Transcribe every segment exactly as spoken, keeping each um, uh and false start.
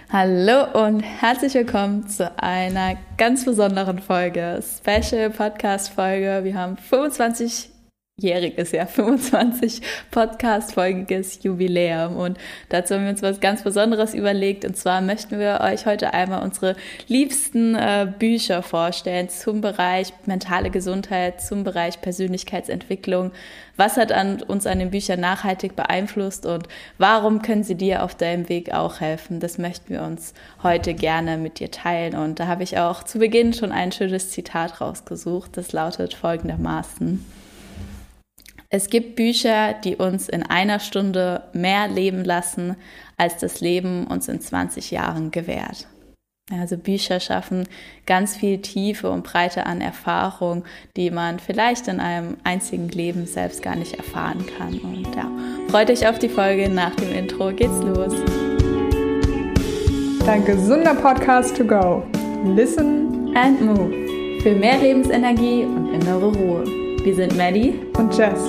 Hallo und herzlich willkommen zu einer ganz besonderen Folge, Special Podcast Folge. Wir haben fünfundzwanzigjähriges, ja, fünfundzwanzig Podcast-folgiges Jubiläum und dazu haben wir uns was ganz Besonderes überlegt und zwar möchten wir euch heute einmal unsere liebsten äh, Bücher vorstellen zum Bereich mentale Gesundheit, zum Bereich Persönlichkeitsentwicklung. Was hat an uns an den Büchern nachhaltig beeinflusst und warum können sie dir auf deinem Weg auch helfen? Das möchten wir uns heute gerne mit dir teilen. Und da habe ich auch zu Beginn schon ein schönes Zitat rausgesucht. Das lautet folgendermaßen: Es gibt Bücher, die uns in einer Stunde mehr leben lassen, als das Leben uns in zwanzig Jahren gewährt. Also Bücher schaffen ganz viel Tiefe und Breite an Erfahrung, die man vielleicht in einem einzigen Leben selbst gar nicht erfahren kann. Und ja, freut euch auf die Folge. Nach dem Intro geht's los. Dein gesunder Podcast to go. Listen and move. Für mehr Lebensenergie und innere Ruhe. Wir sind Maddie und Jess.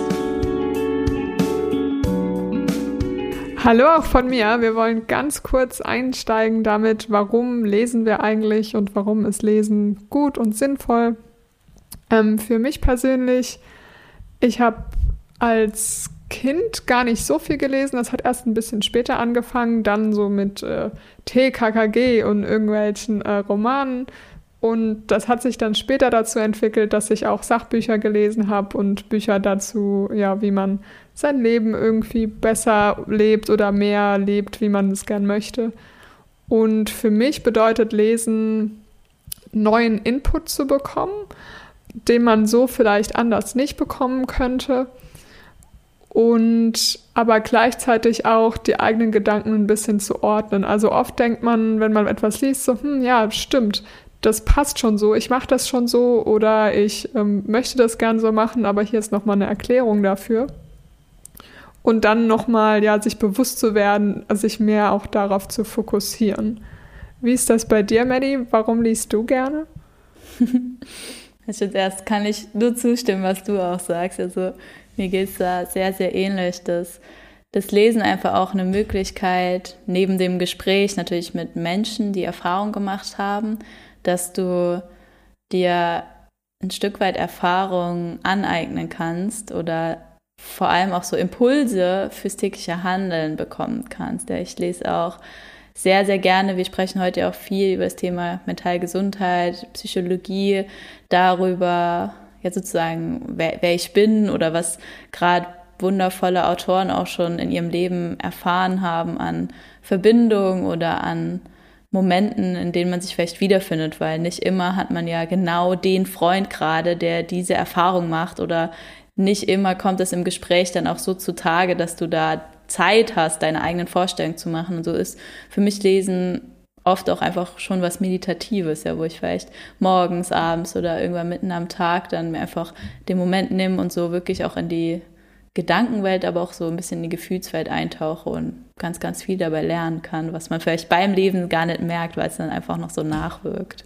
Hallo auch von mir. Wir wollen ganz kurz einsteigen damit, warum lesen wir eigentlich und warum ist Lesen gut und sinnvoll. Ähm, für mich persönlich, ich habe als Kind gar nicht so viel gelesen. Das hat erst ein bisschen später angefangen, dann so mit äh, T K K G und irgendwelchen äh, Romanen. Und das hat sich dann später dazu entwickelt, dass ich auch Sachbücher gelesen habe und Bücher dazu, ja, wie man sein Leben irgendwie besser lebt oder mehr lebt, wie man es gern möchte. Und für mich bedeutet Lesen, neuen Input zu bekommen, den man so vielleicht anders nicht bekommen könnte. Und aber gleichzeitig auch die eigenen Gedanken ein bisschen zu ordnen. Also oft denkt man, wenn man etwas liest, so, hm, ja, stimmt, das passt schon so, ich mache das schon so oder ich ähm, möchte das gern so machen, aber hier ist nochmal eine Erklärung dafür. Und dann nochmal, ja, sich bewusst zu werden, sich mehr auch darauf zu fokussieren. Wie ist das bei dir, Maddie? Warum liest du gerne? Also erst kann ich nur zustimmen, was du auch sagst. Also mir geht es da sehr, sehr ähnlich, dass das Lesen einfach auch eine Möglichkeit, neben dem Gespräch natürlich mit Menschen, die Erfahrung gemacht haben, dass du dir ein Stück weit Erfahrung aneignen kannst oder vor allem auch so Impulse fürs tägliche Handeln bekommen kannst. Ja, ich lese auch sehr, sehr gerne, wir sprechen heute auch viel über das Thema mentale Gesundheit, Psychologie, darüber, ja sozusagen, wer, wer ich bin oder was gerade wundervolle Autoren auch schon in ihrem Leben erfahren haben an Verbindung oder an Momenten, in denen man sich vielleicht wiederfindet, weil nicht immer hat man ja genau den Freund gerade, der diese Erfahrung macht oder nicht immer kommt es im Gespräch dann auch so zutage, dass du da Zeit hast, deine eigenen Vorstellungen zu machen. Und so ist für mich Lesen oft auch einfach schon was Meditatives, ja, wo ich vielleicht morgens, abends oder irgendwann mitten am Tag dann mir einfach den Moment nehme und so wirklich auch in die Gedankenwelt, aber auch so ein bisschen in die Gefühlswelt eintauche und ganz, ganz viel dabei lernen kann, was man vielleicht beim Lesen gar nicht merkt, weil es dann einfach noch so nachwirkt.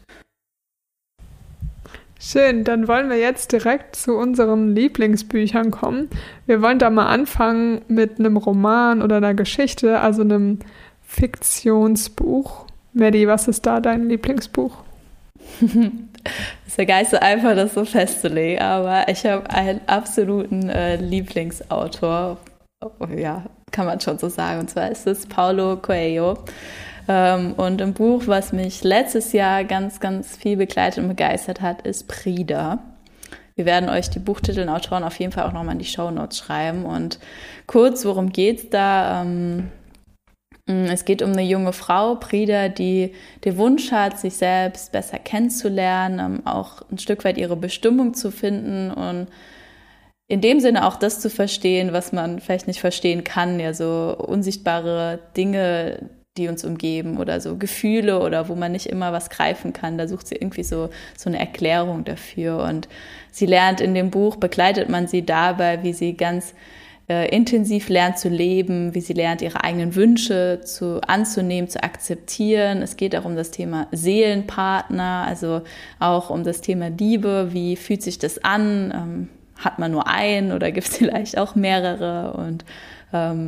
Schön, dann wollen wir jetzt direkt zu unseren Lieblingsbüchern kommen. Wir wollen da mal anfangen mit einem Roman oder einer Geschichte, also einem Fiktionsbuch. Maddie, was ist da dein Lieblingsbuch? Ist ja gar nicht so einfach, das so festzulegen, aber ich habe einen absoluten äh, Lieblingsautor, ja, kann man schon so sagen, und zwar ist es Paulo Coelho. Ähm, und ein Buch, was mich letztes Jahr ganz, ganz viel begleitet und begeistert hat, ist Prida. Wir werden euch die Buchtitel und Autoren auf jeden Fall auch nochmal in die Shownotes schreiben. Und kurz, worum geht's da? Ähm, Es geht um eine junge Frau, Prida, die den Wunsch hat, sich selbst besser kennenzulernen, auch ein Stück weit ihre Bestimmung zu finden und in dem Sinne auch das zu verstehen, was man vielleicht nicht verstehen kann, ja, so unsichtbare Dinge, die uns umgeben oder so Gefühle oder wo man nicht immer was greifen kann. Da sucht sie irgendwie so, so eine Erklärung dafür und sie lernt in dem Buch, begleitet man sie dabei, wie sie ganz Äh, intensiv lernt zu leben, wie sie lernt, ihre eigenen Wünsche zu, anzunehmen, zu akzeptieren. Es geht auch um das Thema Seelenpartner, also auch um das Thema Liebe. Wie fühlt sich das an? Ähm, hat man nur einen oder gibt es vielleicht auch mehrere? Und ähm,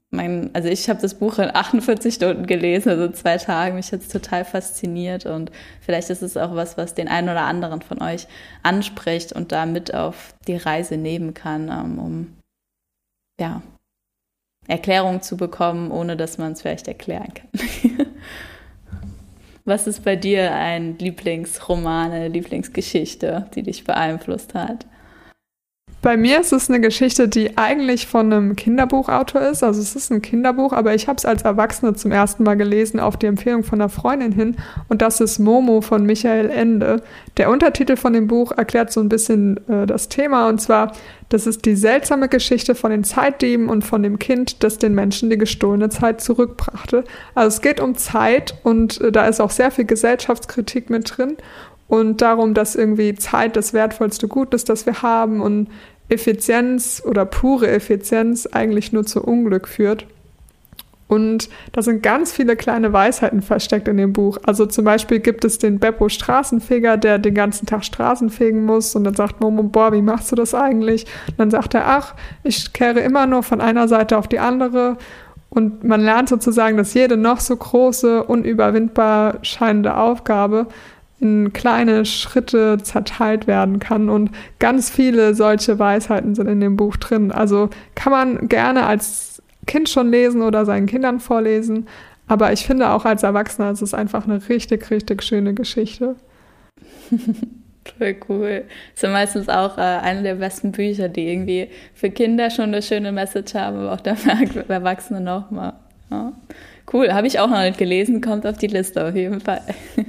mein, also ich habe das Buch in achtundvierzig Stunden gelesen, also zwei Tage. Mich hat es total fasziniert und vielleicht ist es auch was, was den einen oder anderen von euch anspricht und da mit auf die Reise nehmen kann, um ja, Erklärungen zu bekommen, ohne dass man es vielleicht erklären kann. Was ist bei dir ein Lieblingsroman, eine Lieblingsgeschichte, die dich beeinflusst hat? Bei mir ist es eine Geschichte, die eigentlich von einem Kinderbuchautor ist. Also es ist ein Kinderbuch, aber ich habe es als Erwachsene zum ersten Mal gelesen auf die Empfehlung von einer Freundin hin. Und das ist Momo von Michael Ende. Der Untertitel von dem Buch erklärt so ein bisschen äh, das Thema. Und zwar, das ist die seltsame Geschichte von den Zeitdieben und von dem Kind, das den Menschen die gestohlene Zeit zurückbrachte. Also es geht um Zeit und äh, da ist auch sehr viel Gesellschaftskritik mit drin. Und darum, dass irgendwie Zeit das wertvollste Gut ist, das wir haben und Effizienz oder pure Effizienz eigentlich nur zu Unglück führt. Und da sind ganz viele kleine Weisheiten versteckt in dem Buch. Also zum Beispiel gibt es den Beppo Straßenfeger, der den ganzen Tag Straßen fegen muss und dann sagt Momo, boah, wie machst du das eigentlich? Und dann sagt er, ach, ich kehre immer nur von einer Seite auf die andere. Und man lernt sozusagen, dass jede noch so große, unüberwindbar scheinende Aufgabe in kleine Schritte zerteilt werden kann und ganz viele solche Weisheiten sind in dem Buch drin. Also kann man gerne als Kind schon lesen oder seinen Kindern vorlesen, aber ich finde auch als Erwachsener ist es einfach eine richtig, richtig schöne Geschichte. Voll cool. Das sind meistens auch äh, eine der besten Bücher, die irgendwie für Kinder schon eine schöne Message haben, aber auch für Erwachsene nochmal. Ja. Cool, habe ich auch noch nicht gelesen, kommt auf die Liste auf jeden Fall.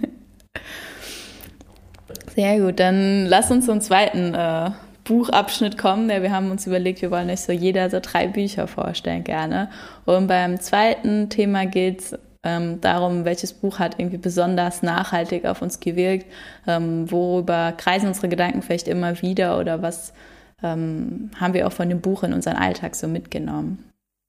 Sehr gut, dann lass uns zum zweiten äh, Buchabschnitt kommen. Ja, wir haben uns überlegt, wir wollen euch so jeder so drei Bücher vorstellen gerne. Und beim zweiten Thema geht es ähm, darum, welches Buch hat irgendwie besonders nachhaltig auf uns gewirkt, ähm, worüber kreisen unsere Gedanken vielleicht immer wieder oder was ähm, haben wir auch von dem Buch in unseren Alltag so mitgenommen.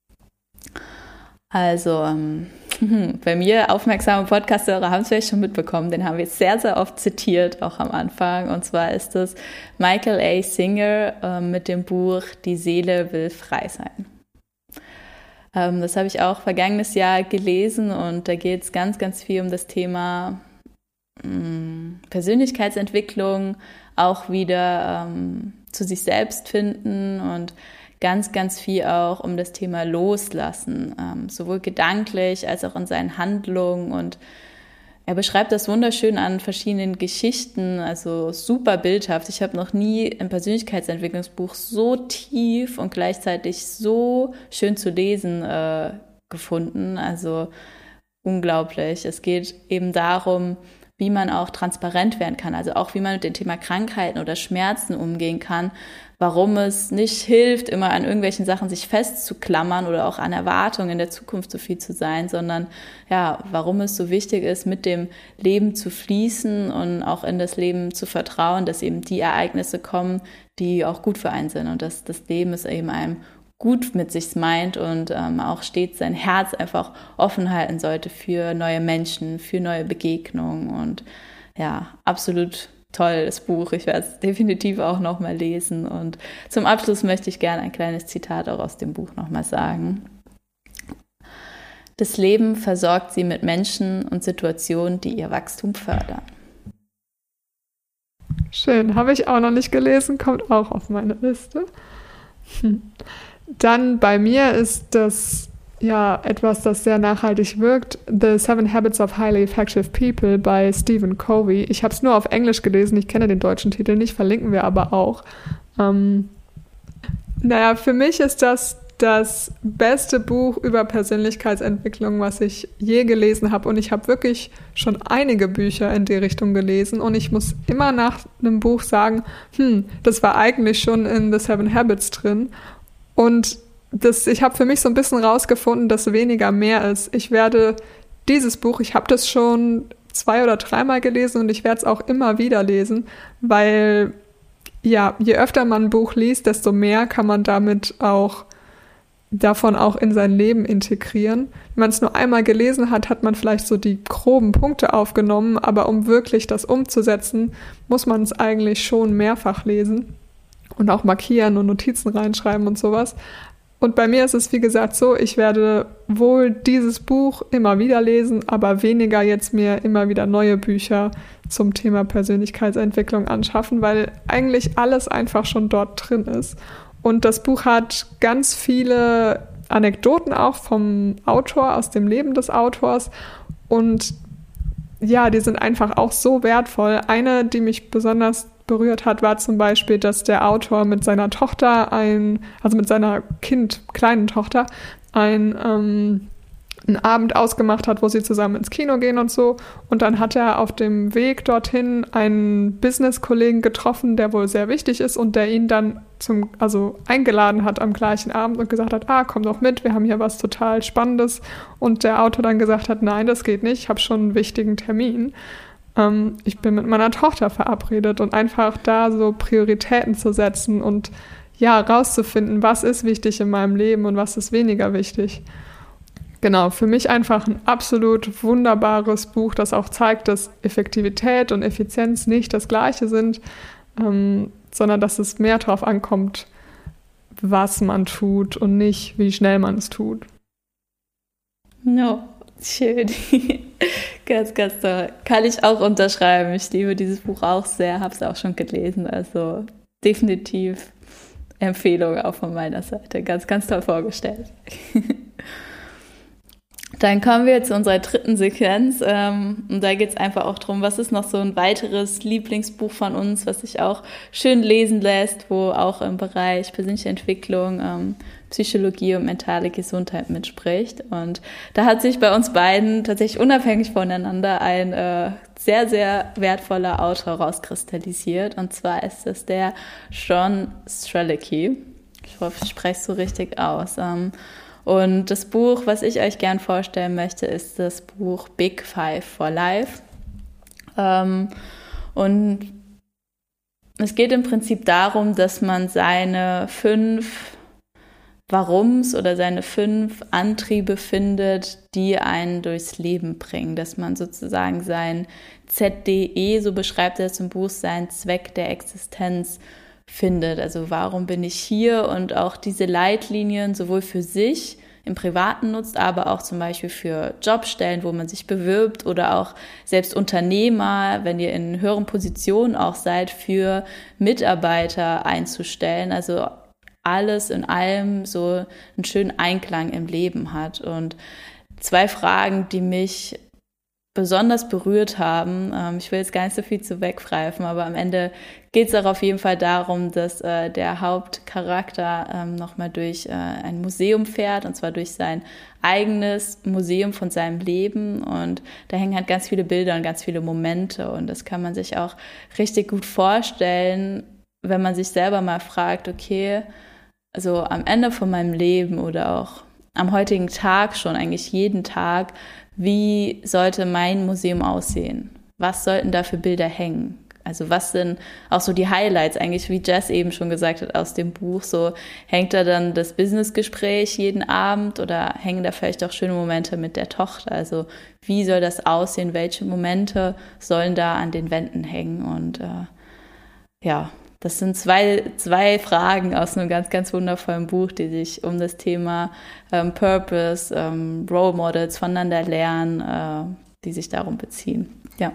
Also, ähm, bei mir aufmerksame Podcast-Hörer haben es vielleicht schon mitbekommen, den haben wir sehr, sehr oft zitiert, auch am Anfang. Und zwar ist es Michael A. Singer äh, mit dem Buch Die Seele will frei sein. Ähm, das habe ich auch vergangenes Jahr gelesen und da geht es ganz, ganz viel um das Thema mh, Persönlichkeitsentwicklung, auch wieder ähm, zu sich selbst finden und ganz, ganz viel auch um das Thema Loslassen, ähm, sowohl gedanklich als auch in seinen Handlungen. Und er beschreibt das wunderschön an verschiedenen Geschichten, also super bildhaft. Ich habe noch nie ein Persönlichkeitsentwicklungsbuch so tief und gleichzeitig so schön zu lesen äh, gefunden. Also unglaublich. Es geht eben darum, wie man auch transparent werden kann, also auch wie man mit dem Thema Krankheiten oder Schmerzen umgehen kann, warum es nicht hilft, immer an irgendwelchen Sachen sich festzuklammern oder auch an Erwartungen in der Zukunft so viel zu sein, sondern ja, warum es so wichtig ist, mit dem Leben zu fließen und auch in das Leben zu vertrauen, dass eben die Ereignisse kommen, die auch gut für einen sind und dass das Leben es eben einem gut mit sich meint und ähm, auch stets sein Herz einfach offen halten sollte für neue Menschen, für neue Begegnungen und ja, absolut tolles Buch. Ich werde es definitiv auch nochmal lesen und zum Abschluss möchte ich gerne ein kleines Zitat auch aus dem Buch nochmal sagen. Das Leben versorgt sie mit Menschen und Situationen, die ihr Wachstum fördern. Schön, habe ich auch noch nicht gelesen, kommt auch auf meine Liste. Hm. Dann bei mir ist das ja etwas, das sehr nachhaltig wirkt. The Seven Habits of Highly Effective People bei Stephen Covey. Ich habe es nur auf Englisch gelesen, ich kenne den deutschen Titel nicht, verlinken wir aber auch. Ähm, naja, für mich ist das das beste Buch über Persönlichkeitsentwicklung, was ich je gelesen habe. Und ich habe wirklich schon einige Bücher in die Richtung gelesen. Und ich muss immer nach einem Buch sagen, hm, das war eigentlich schon in The Seven Habits drin. Und das, ich habe für mich so ein bisschen rausgefunden, dass weniger mehr ist. Ich werde dieses Buch, ich habe das schon zwei oder dreimal gelesen und ich werde es auch immer wieder lesen, weil ja, je öfter man ein Buch liest, desto mehr kann man damit auch davon auch in sein Leben integrieren. Wenn man es nur einmal gelesen hat, hat man vielleicht so die groben Punkte aufgenommen, aber um wirklich das umzusetzen, muss man es eigentlich schon mehrfach lesen und auch markieren und Notizen reinschreiben und sowas. Und bei mir ist es, wie gesagt, so, ich werde wohl dieses Buch immer wieder lesen, aber weniger jetzt mir immer wieder neue Bücher zum Thema Persönlichkeitsentwicklung anschaffen, weil eigentlich alles einfach schon dort drin ist. Und das Buch hat ganz viele Anekdoten auch vom Autor, aus dem Leben des Autors. Und ja, die sind einfach auch so wertvoll. Eine, die mich besonders berührt hat, war zum Beispiel, dass der Autor mit seiner Tochter ein, also mit seiner Kind, kleinen Tochter, ein, ähm, einen Abend ausgemacht hat, wo sie zusammen ins Kino gehen und so. Und dann hat er auf dem Weg dorthin einen Business-Kollegen getroffen, der wohl sehr wichtig ist und der ihn dann zum, also eingeladen hat am gleichen Abend und gesagt hat, ah, komm doch mit, wir haben hier was total Spannendes. Und der Autor dann gesagt hat, nein, das geht nicht, ich habe schon einen wichtigen Termin. Ähm, ich bin mit meiner Tochter verabredet und einfach da so Prioritäten zu setzen und ja, rauszufinden, was ist wichtig in meinem Leben und was ist weniger wichtig. Genau, für mich einfach ein absolut wunderbares Buch, das auch zeigt, dass Effektivität und Effizienz nicht das Gleiche sind, ähm, sondern dass es mehr darauf ankommt, was man tut und nicht, wie schnell man es tut. No, schön. Ganz, ganz toll. Kann ich auch unterschreiben. Ich liebe dieses Buch auch sehr, habe es auch schon gelesen. Also definitiv Empfehlung auch von meiner Seite. Ganz, ganz toll vorgestellt. Dann kommen wir zu unserer dritten Sequenz. Ähm, und da geht es einfach auch darum, was ist noch so ein weiteres Lieblingsbuch von uns, was sich auch schön lesen lässt, wo auch im Bereich persönliche Entwicklung, ähm, Psychologie und mentale Gesundheit mitspricht. Und da hat sich bei uns beiden tatsächlich unabhängig voneinander ein äh, sehr, sehr wertvoller Autor rauskristallisiert. Und zwar ist es der John Strzelecki. Ich hoffe, ich spreche es so richtig aus. Ähm, Und das Buch, was ich euch gern vorstellen möchte, ist das Buch Big Five for Life. Ähm, und es geht im Prinzip darum, dass man seine fünf Warums oder seine fünf Antriebe findet, die einen durchs Leben bringen. Dass man sozusagen sein Z D E, so beschreibt er es im Buch, seinen Zweck der Existenz findet. Also warum bin ich hier? Und auch diese Leitlinien sowohl für sich im Privaten nutzt, aber auch zum Beispiel für Jobstellen, wo man sich bewirbt oder auch selbst Unternehmer, wenn ihr in höheren Positionen auch seid, für Mitarbeiter einzustellen. Also alles in allem so einen schönen Einklang im Leben hat. Und zwei Fragen, die mich besonders berührt haben. Ähm, ich will jetzt gar nicht so viel zu weggreifen, aber am Ende geht es auch auf jeden Fall darum, dass äh, der Hauptcharakter ähm, nochmal durch äh, ein Museum fährt, und zwar durch sein eigenes Museum von seinem Leben, und da hängen halt ganz viele Bilder und ganz viele Momente, und das kann man sich auch richtig gut vorstellen, wenn man sich selber mal fragt, okay, also am Ende von meinem Leben oder auch am heutigen Tag schon, eigentlich jeden Tag, wie sollte mein Museum aussehen? Was sollten da für Bilder hängen? Also was sind auch so die Highlights eigentlich, wie Jess eben schon gesagt hat aus dem Buch, so hängt da dann das Businessgespräch jeden Abend oder hängen da vielleicht auch schöne Momente mit der Tochter? Also wie soll das aussehen? Welche Momente sollen da an den Wänden hängen? Und äh, ja, das sind zwei, zwei Fragen aus einem ganz, ganz wundervollen Buch, die sich um das Thema ähm, Purpose, ähm, Role Models, voneinander lernen, äh, die sich darum beziehen. Ja.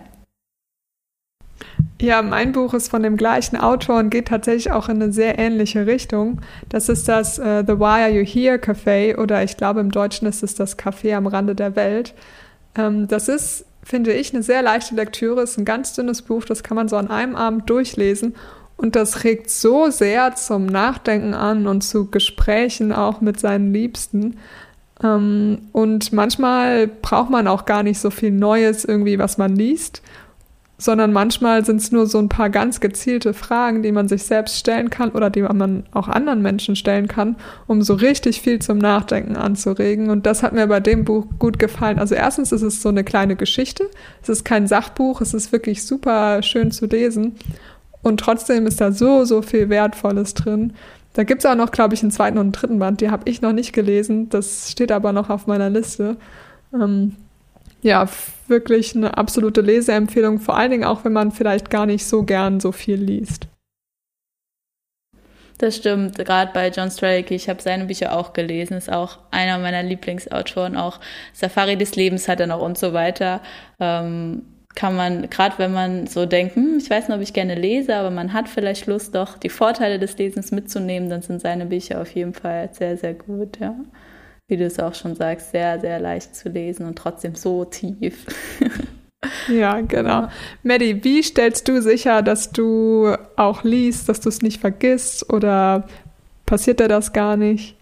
Ja, mein Buch ist von dem gleichen Autor und geht tatsächlich auch in eine sehr ähnliche Richtung. Das ist das uh, The Why Are You Here Café, oder ich glaube im Deutschen ist es das Café am Rande der Welt. Ähm, das ist, finde ich, eine sehr leichte Lektüre, ist ein ganz dünnes Buch, das kann man so an einem Abend durchlesen. Und das regt so sehr zum Nachdenken an und zu Gesprächen auch mit seinen Liebsten. Ähm, und manchmal braucht man auch gar nicht so viel Neues irgendwie, was man liest, sondern manchmal sind es nur so ein paar ganz gezielte Fragen, die man sich selbst stellen kann oder die man auch anderen Menschen stellen kann, um so richtig viel zum Nachdenken anzuregen. Und das hat mir bei dem Buch gut gefallen. Also erstens ist es so eine kleine Geschichte. Es ist kein Sachbuch. Es ist wirklich super schön zu lesen. Und trotzdem ist da so, so viel Wertvolles drin. Da gibt es auch noch, glaube ich, einen zweiten und einen dritten Band. Die habe ich noch nicht gelesen. Das steht aber noch auf meiner Liste. Ähm, ja, wirklich eine absolute Leseempfehlung. Vor allen Dingen auch, wenn man vielleicht gar nicht so gern so viel liest. Das stimmt, gerade bei John Strelacki, ich habe seine Bücher auch gelesen, ist auch einer meiner Lieblingsautoren, auch Safari des Lebens hat er noch und so weiter. Ähm, kann man, gerade wenn man so denkt, hm, ich weiß nicht, ob ich gerne lese, aber man hat vielleicht Lust, doch die Vorteile des Lesens mitzunehmen, dann sind seine Bücher auf jeden Fall sehr, sehr gut, ja. Wie du es auch schon sagst, sehr, sehr leicht zu lesen und trotzdem so tief. Ja, genau. Ja. Maddie, wie stellst du sicher, dass du auch liest, dass du es nicht vergisst oder passiert dir das gar nicht?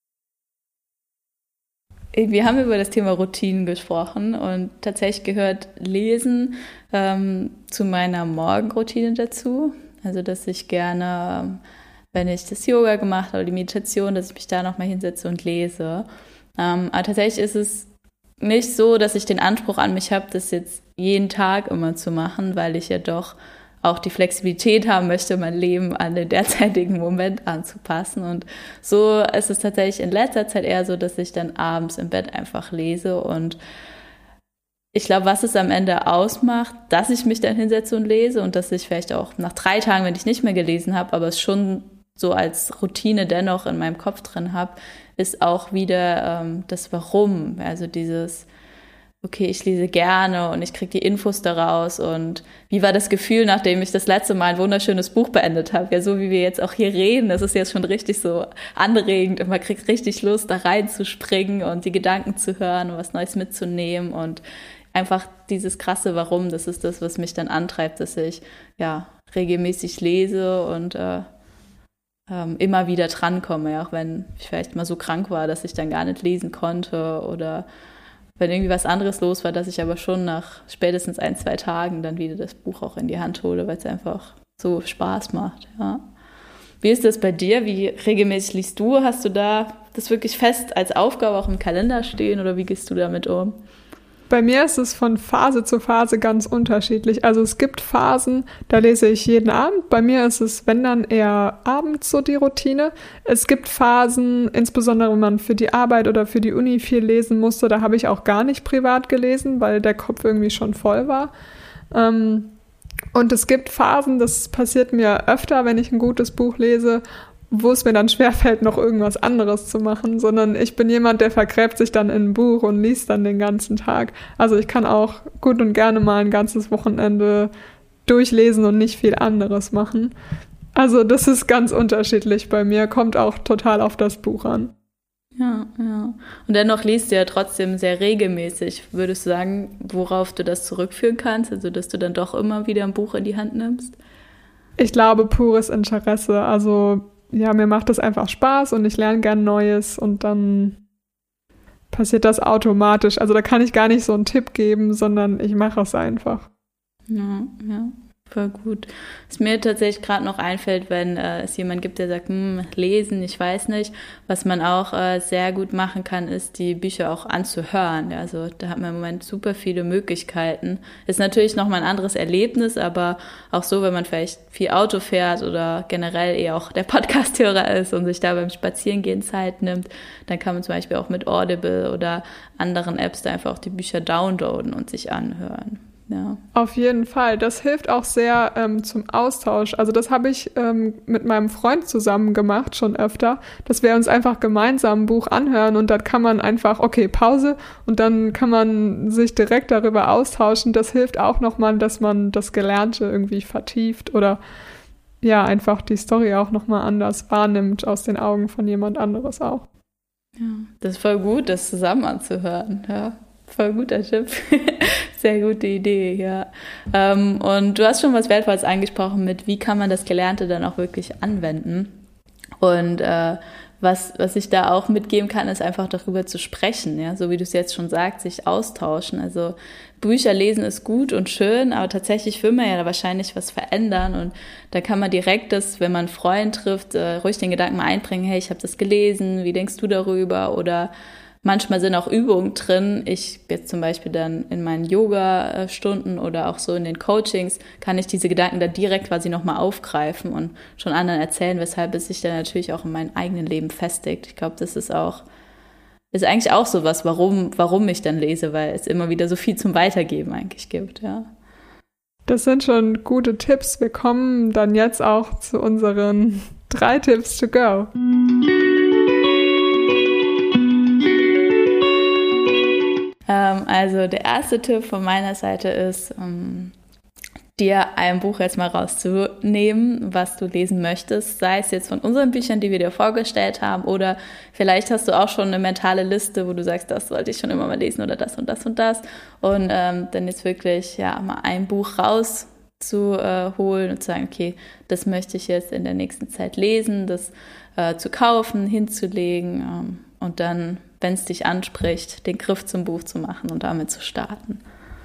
Wir haben über das Thema Routinen gesprochen und tatsächlich gehört Lesen ähm, zu meiner Morgenroutine dazu. Also, dass ich gerne, wenn ich das Yoga gemacht habe oder die Meditation, dass ich mich da nochmal hinsetze und lese. Ähm, aber tatsächlich ist es nicht so, dass ich den Anspruch an mich habe, das jetzt jeden Tag immer zu machen, weil ich ja doch auch die Flexibilität haben möchte, mein Leben an den derzeitigen Moment anzupassen. Und so ist es tatsächlich in letzter Zeit eher so, dass ich dann abends im Bett einfach lese. Und ich glaube, was es am Ende ausmacht, dass ich mich dann hinsetze und lese und dass ich vielleicht auch nach drei Tagen, wenn ich nicht mehr gelesen habe, aber es schon so als Routine dennoch in meinem Kopf drin habe, ist auch wieder ähm, das Warum. Also dieses, okay, ich lese gerne und ich kriege die Infos daraus und wie war das Gefühl, nachdem ich das letzte Mal ein wunderschönes Buch beendet habe? Ja, so wie wir jetzt auch hier reden, das ist jetzt schon richtig so anregend und man kriegt richtig Lust, da reinzuspringen und die Gedanken zu hören und was Neues mitzunehmen und einfach dieses krasse Warum, das ist das, was mich dann antreibt, dass ich ja regelmäßig lese und äh, ähm, immer wieder drankomme, ja, auch wenn ich vielleicht mal so krank war, dass ich dann gar nicht lesen konnte oder wenn irgendwie was anderes los war, dass ich aber schon nach spätestens ein, zwei Tagen dann wieder das Buch auch in die Hand hole, weil es einfach so Spaß macht, ja. Wie ist das bei dir? Wie regelmäßig liest du? Hast du da das wirklich fest als Aufgabe auch im Kalender stehen oder wie gehst du damit um? Bei mir ist es von Phase zu Phase ganz unterschiedlich. Also es gibt Phasen, da lese ich jeden Abend. Bei mir ist es, wenn dann, eher abends so die Routine. Es gibt Phasen, insbesondere wenn man für die Arbeit oder für die Uni viel lesen musste, da habe ich auch gar nicht privat gelesen, weil der Kopf irgendwie schon voll war. Ähm, und es gibt Phasen, das passiert mir öfter, wenn ich ein gutes Buch lese, wo es mir dann schwerfällt, noch irgendwas anderes zu machen, sondern ich bin jemand, der vergräbt sich dann in ein Buch und liest dann den ganzen Tag. Also ich kann auch gut und gerne mal ein ganzes Wochenende durchlesen und nicht viel anderes machen. Also das ist ganz unterschiedlich bei mir, kommt auch total auf das Buch an. Ja, ja. Und dennoch liest du ja trotzdem sehr regelmäßig. Würdest du sagen, worauf du das zurückführen kannst? Also dass du dann doch immer wieder ein Buch in die Hand nimmst? Ich glaube, pures Interesse. Also ja, mir macht das einfach Spaß und ich lerne gern Neues und dann passiert das automatisch. Also da kann ich gar nicht so einen Tipp geben, sondern ich mache es einfach. Ja, ja, voll gut. Was mir tatsächlich gerade noch einfällt, wenn äh, es jemand gibt, der sagt, hm, lesen, ich weiß nicht, was man auch äh, sehr gut machen kann, ist, die Bücher auch anzuhören. Ja, also da hat man im Moment super viele Möglichkeiten. Ist natürlich nochmal ein anderes Erlebnis, aber auch so, wenn man vielleicht viel Auto fährt oder generell eher auch der Podcast-Hörer ist und sich da beim Spazierengehen Zeit nimmt, dann kann man zum Beispiel auch mit Audible oder anderen Apps da einfach auch die Bücher downloaden und sich anhören. Ja. Auf jeden Fall. Das hilft auch sehr ähm, zum Austausch. Also das habe ich ähm, mit meinem Freund zusammen gemacht, schon öfter, dass wir uns einfach gemeinsam ein Buch anhören und dann kann man einfach, okay, Pause und dann kann man sich direkt darüber austauschen. Das hilft auch nochmal, dass man das Gelernte irgendwie vertieft oder ja, einfach die Story auch nochmal anders wahrnimmt aus den Augen von jemand anderes auch. Ja, das ist voll gut, das zusammen anzuhören, ja. Voll guter Tipp. Sehr gute Idee, ja. Ähm, und du hast schon was Wertvolles angesprochen mit, wie kann man das Gelernte dann auch wirklich anwenden. Und äh, was, was ich da auch mitgeben kann, ist einfach darüber zu sprechen, ja, so wie du es jetzt schon sagst, sich austauschen. Also Bücher lesen ist gut und schön, aber tatsächlich will man ja da wahrscheinlich was verändern und da kann man direkt das, wenn man einen Freund trifft, äh, ruhig den Gedanken mal einbringen, hey, ich habe das gelesen, wie denkst du darüber? Oder manchmal sind auch Übungen drin. Ich jetzt zum Beispiel dann in meinen Yoga-Stunden oder auch so in den Coachings kann ich diese Gedanken dann direkt quasi nochmal aufgreifen und schon anderen erzählen, weshalb es sich dann natürlich auch in meinem eigenen Leben festigt. Ich glaube, das ist auch, ist eigentlich auch sowas, warum, warum ich dann lese, weil es immer wieder so viel zum Weitergeben eigentlich gibt, ja. Das sind schon gute Tipps. Wir kommen dann jetzt auch zu unseren Drei Tipps to go. Ähm, also der erste Tipp von meiner Seite ist, ähm, dir ein Buch jetzt mal rauszunehmen, was du lesen möchtest, sei es jetzt von unseren Büchern, die wir dir vorgestellt haben, oder vielleicht hast du auch schon eine mentale Liste, wo du sagst, das sollte ich schon immer mal lesen oder das und das und das, und ähm, dann jetzt wirklich ja mal ein Buch rauszuholen und zu sagen, okay, das möchte ich jetzt in der nächsten Zeit lesen, das äh, zu kaufen, hinzulegen ähm, und dann, wenn es dich anspricht, den Griff zum Buch zu machen und damit zu starten.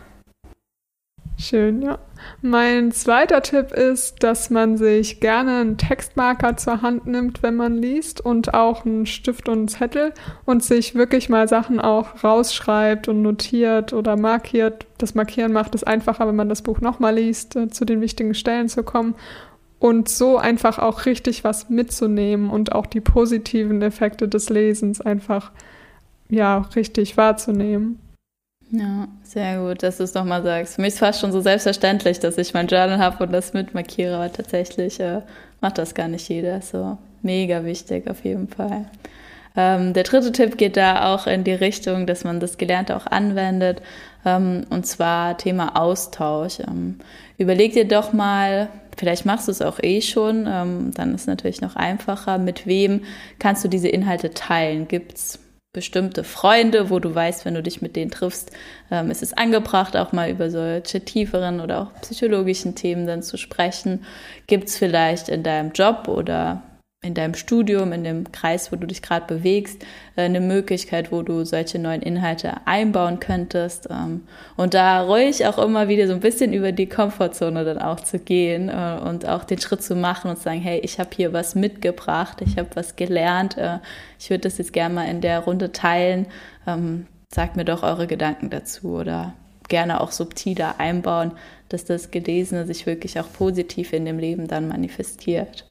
Schön, ja. Mein zweiter Tipp ist, dass man sich gerne einen Textmarker zur Hand nimmt, wenn man liest, und auch einen Stift und einen Zettel und sich wirklich mal Sachen auch rausschreibt und notiert oder markiert. Das Markieren macht es einfacher, wenn man das Buch nochmal liest, zu den wichtigen Stellen zu kommen und so einfach auch richtig was mitzunehmen und auch die positiven Effekte des Lesens einfach ja richtig wahrzunehmen. Ja, sehr gut, dass du es nochmal sagst. Für mich ist es fast schon so selbstverständlich, dass ich mein Journal habe und das mitmarkiere, aber tatsächlich äh, macht das gar nicht jeder. So mega wichtig auf jeden Fall. Ähm, der dritte Tipp geht da auch in die Richtung, dass man das Gelernte auch anwendet, ähm, und zwar Thema Austausch. Ähm, überleg dir doch mal, vielleicht machst du es auch eh schon, ähm, dann ist es natürlich noch einfacher, mit wem kannst du diese Inhalte teilen? Gibt's bestimmte Freunde, wo du weißt, wenn du dich mit denen triffst, ähm, ist es angebracht, auch mal über solche tieferen oder auch psychologischen Themen dann zu sprechen. Gibt es vielleicht in deinem Job oder in deinem Studium, in dem Kreis, wo du dich gerade bewegst, äh, eine Möglichkeit, wo du solche neuen Inhalte einbauen könntest, ähm, und da ruhig auch immer wieder so ein bisschen über die Komfortzone dann auch zu gehen äh, und auch den Schritt zu machen und zu sagen, hey, ich habe hier was mitgebracht, ich habe was gelernt, äh, ich würde das jetzt gerne mal in der Runde teilen, ähm, sagt mir doch eure Gedanken dazu, oder gerne auch subtiler einbauen, dass das Gelesene sich wirklich auch positiv in dem Leben dann manifestiert.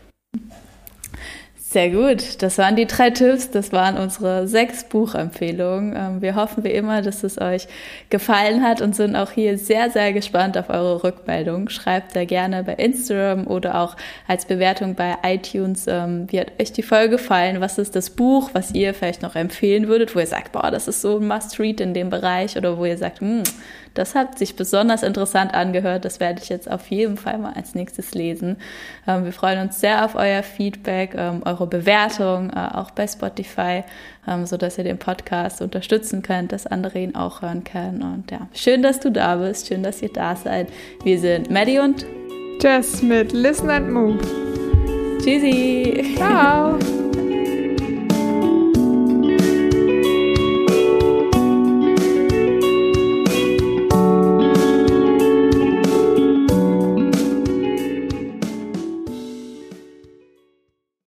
Sehr gut, das waren die drei Tipps, das waren unsere sechs Buchempfehlungen. Wir hoffen wie immer, dass es euch gefallen hat und sind auch hier sehr, sehr gespannt auf eure Rückmeldung. Schreibt da gerne bei Instagram oder auch als Bewertung bei iTunes, wie hat euch die Folge gefallen, was ist das Buch, was ihr vielleicht noch empfehlen würdet, wo ihr sagt, boah, das ist so ein Must-Read in dem Bereich, oder wo ihr sagt, hm, das hat sich besonders interessant angehört, das werde ich jetzt auf jeden Fall mal als nächstes lesen. Ähm, wir freuen uns sehr auf euer Feedback, ähm, eure Bewertung, äh, auch bei Spotify, ähm, sodass ihr den Podcast unterstützen könnt, dass andere ihn auch hören können. Und ja, schön, dass du da bist, schön, dass ihr da seid. Wir sind Maddie und Jess mit Listen and Move. Tschüssi. Ciao.